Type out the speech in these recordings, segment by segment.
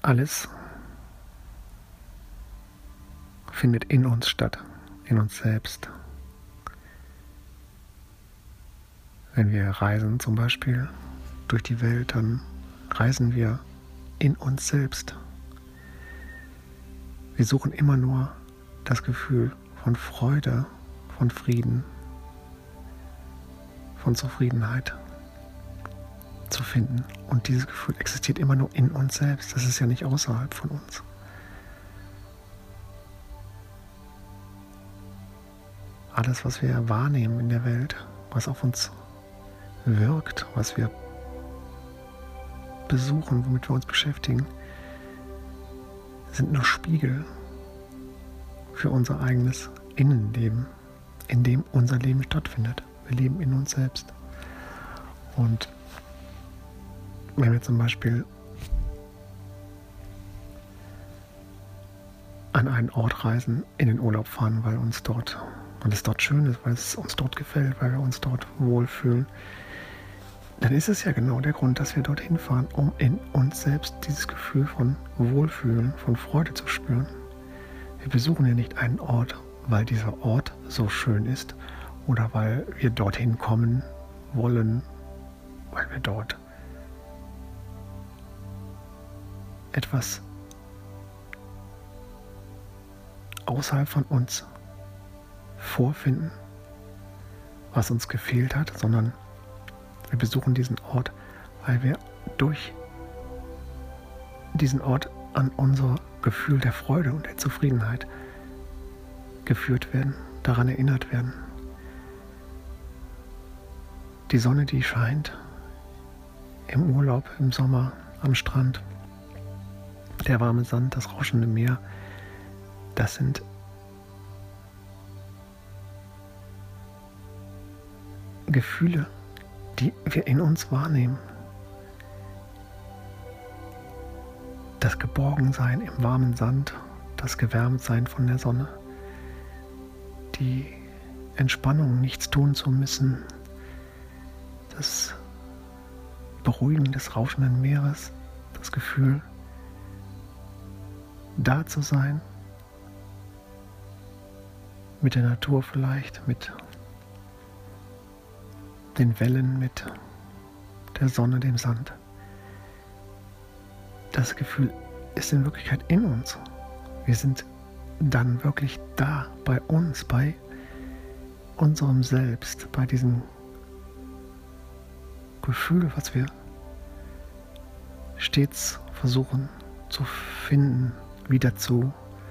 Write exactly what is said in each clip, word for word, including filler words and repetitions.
alles findet in uns statt, in uns selbst. Wenn wir reisen zum Beispiel durch die Welt, dann reisen wir in uns selbst. Wir suchen immer nur das Gefühl von Freude, von Frieden, von Zufriedenheit zu finden. Und dieses Gefühl existiert immer nur in uns selbst. Das ist ja nicht außerhalb von uns. Alles, was wir wahrnehmen in der Welt, was auf uns wirkt, was wir besuchen, womit wir uns beschäftigen, sind nur Spiegel für unser eigenes Innenleben, in dem unser Leben stattfindet. Wir leben in uns selbst. Und wenn wir zum Beispiel an einen Ort reisen, in den Urlaub fahren, weil uns dort, weil es dort schön ist, weil es uns dort gefällt, weil wir uns dort wohlfühlen, dann ist es ja genau der Grund, dass wir dorthin fahren, um in uns selbst dieses Gefühl von Wohlfühlen, von Freude zu spüren. Wir besuchen ja nicht einen Ort, weil dieser Ort so schön ist oder weil wir dorthin kommen wollen, weil wir dort etwas außerhalb von uns vorfinden, was uns gefehlt hat, sondern wir besuchen diesen Ort, weil wir durch diesen Ort an unser Gefühl der Freude und der Zufriedenheit geführt werden, daran erinnert werden. Die Sonne, die scheint im Urlaub, im Sommer, am Strand, der warme Sand, das rauschende Meer, das sind Gefühle, die wir in uns wahrnehmen. Das Geborgensein im warmen Sand, das Gewärmtsein von der Sonne, die Entspannung, nichts tun zu müssen, das Beruhigen des rauschenden Meeres, das Gefühl, da zu sein, mit der Natur vielleicht, mit den Wellen, mit der Sonne, dem Sand. Das Gefühl ist in Wirklichkeit in uns. Wir sind dann wirklich da, bei uns, bei unserem Selbst, bei diesem Gefühl, was wir stets versuchen zu finden, wieder zu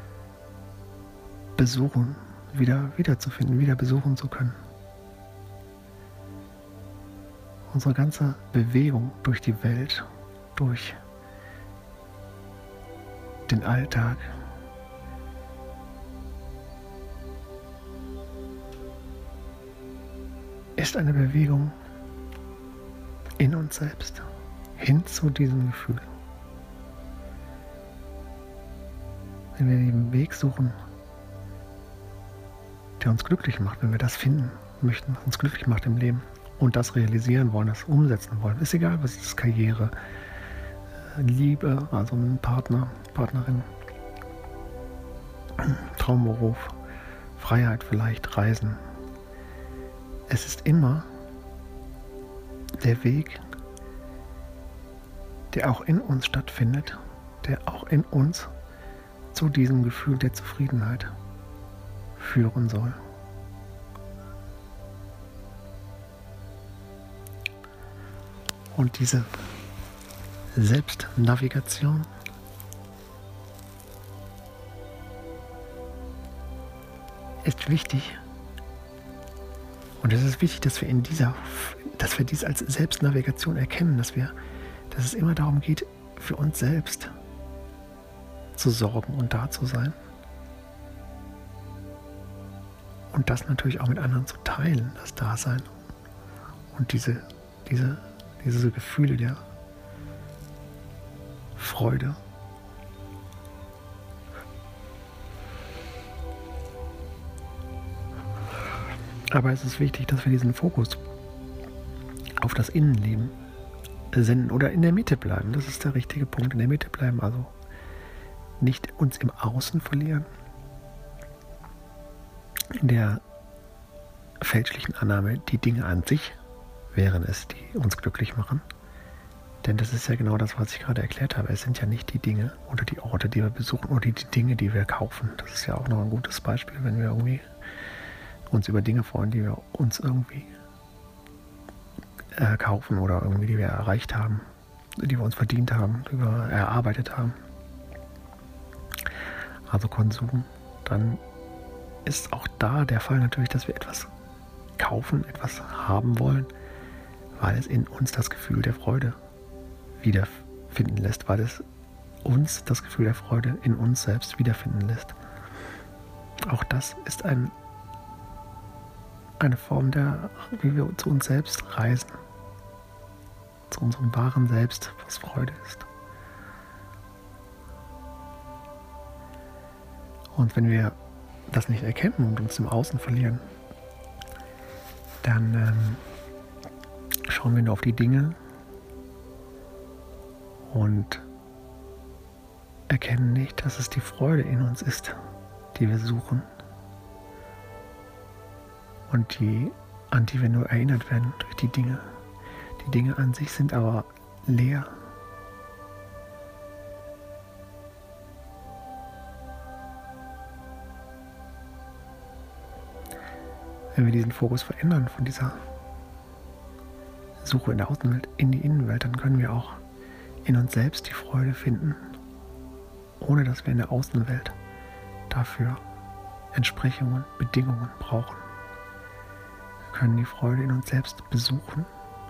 besuchen, wieder wiederzufinden, wieder besuchen zu können. Unsere ganze Bewegung durch die Welt, durch den Alltag, ist eine Bewegung in uns selbst, hin zu diesem Gefühl. Wenn wir den Weg suchen, der uns glücklich macht, wenn wir das finden möchten, was uns glücklich macht im Leben und das realisieren wollen, das umsetzen wollen, ist egal, was ist, Karriere, Liebe, also ein Partner, Partnerin, Traumberuf, Freiheit vielleicht, Reisen. Es ist immer der Weg, der auch in uns stattfindet, der auch in uns zu diesem Gefühl der Zufriedenheit führen soll. Und diese Selbstnavigation ist wichtig. Und es ist wichtig, dass wir in dieser, dass wir dies als Selbstnavigation erkennen, dass wir, dass es immer darum geht, für uns selbst zu sorgen und da zu sein. Und das natürlich auch mit anderen zu teilen, das Dasein. Und diese, diese, diese Gefühle der Freude. Aber es ist wichtig, dass wir diesen Fokus auf das Innenleben senden oder in der Mitte bleiben. Das ist der richtige Punkt. In der Mitte bleiben, also nicht uns im Außen verlieren, in der fälschlichen Annahme, die Dinge an sich wären es, die uns glücklich machen. Denn das ist ja genau das, was ich gerade erklärt habe. Es sind ja nicht die Dinge oder die Orte, die wir besuchen oder die Dinge, die wir kaufen. Das ist ja auch noch ein gutes Beispiel, wenn wir irgendwie uns über Dinge freuen, die wir uns irgendwie äh, kaufen oder irgendwie, die wir erreicht haben, die wir uns verdient haben, die wir erarbeitet haben. Also Konsum. Dann ist auch da der Fall natürlich, dass wir etwas kaufen, etwas haben wollen, weil es in uns das Gefühl der Freude wiederfinden lässt, weil es uns das Gefühl der Freude in uns selbst wiederfinden lässt. Auch das ist ein, eine Form der, wie wir zu uns selbst reisen, zu unserem wahren Selbst, was Freude ist. Und wenn wir das nicht erkennen und uns im Außen verlieren, dann ähm, schauen wir nur auf die Dinge und erkennen nicht, dass es die Freude in uns ist, die wir suchen und die, an die wir nur erinnert werden durch die Dinge. Die Dinge an sich sind aber leer. Wenn wir diesen Fokus verändern von dieser Suche in der Außenwelt in die Innenwelt, dann können wir auch in uns selbst die Freude finden, ohne dass wir in der Außenwelt dafür Entsprechungen, Bedingungen brauchen. Wir können die Freude in uns selbst besuchen,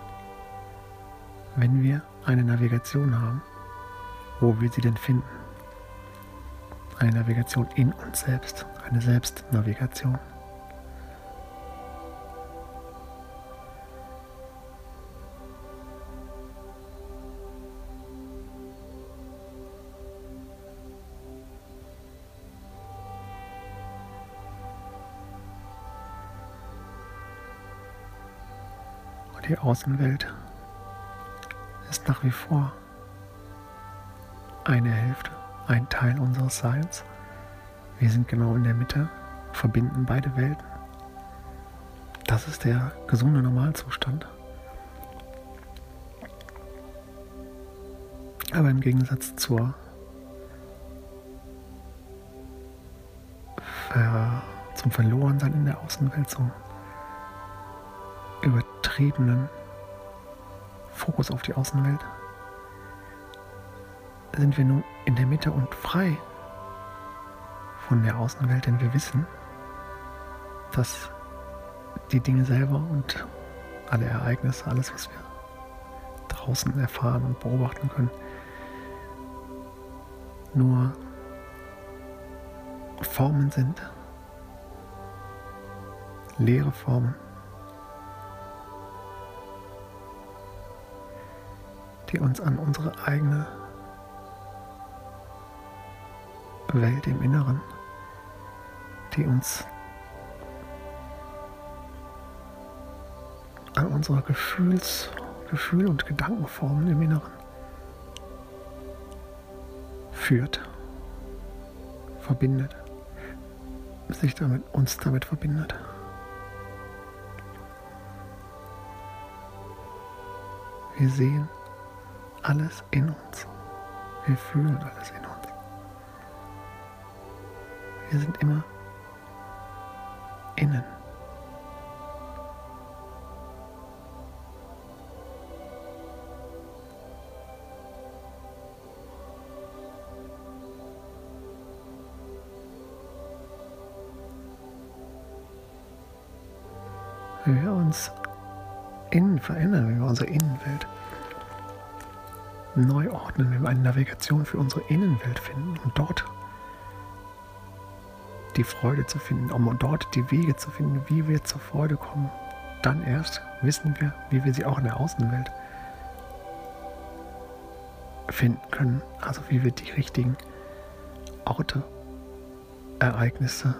wenn wir eine Navigation haben, wo wir sie denn finden. Eine Navigation in uns selbst, eine Selbstnavigation. Die Außenwelt ist nach wie vor eine Hälfte, ein Teil unseres Seins. Wir sind genau in der Mitte, verbinden beide Welten. Das ist der gesunde Normalzustand. Aber im Gegensatz zur Ver, zum Verlorensein in der Außenwelt, zum übertriebenen Fokus auf die Außenwelt, sind wir nun in der Mitte und frei von der Außenwelt, denn wir wissen, dass die Dinge selber und alle Ereignisse, alles, was wir draußen erfahren und beobachten können, nur Formen sind, leere Formen, die uns an unsere eigene Welt im Inneren, die uns an unsere Gefühls, Gefühl- und Gedankenformen im Inneren führt, verbindet, sich damit, uns damit verbindet. Wir sehen alles in uns. Wir fühlen alles in uns. Wir sind immer innen. Wenn wir uns innen verändern, wenn wir unsere Innenwelt neu ordnen, wenn wir eine Navigation für unsere Innenwelt finden und dort die Freude zu finden, um dort die Wege zu finden, wie wir zur Freude kommen, dann erst wissen wir, wie wir sie auch in der Außenwelt finden können. Also wie wir die richtigen Orte, Ereignisse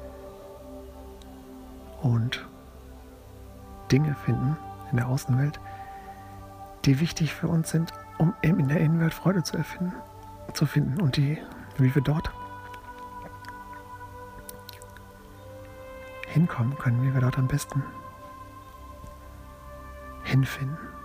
und Dinge finden in der Außenwelt, die wichtig für uns sind, um eben in der Innenwelt Freude zu erfinden, zu finden und die wie wir dort hinkommen können, wie wir dort am besten hinfinden.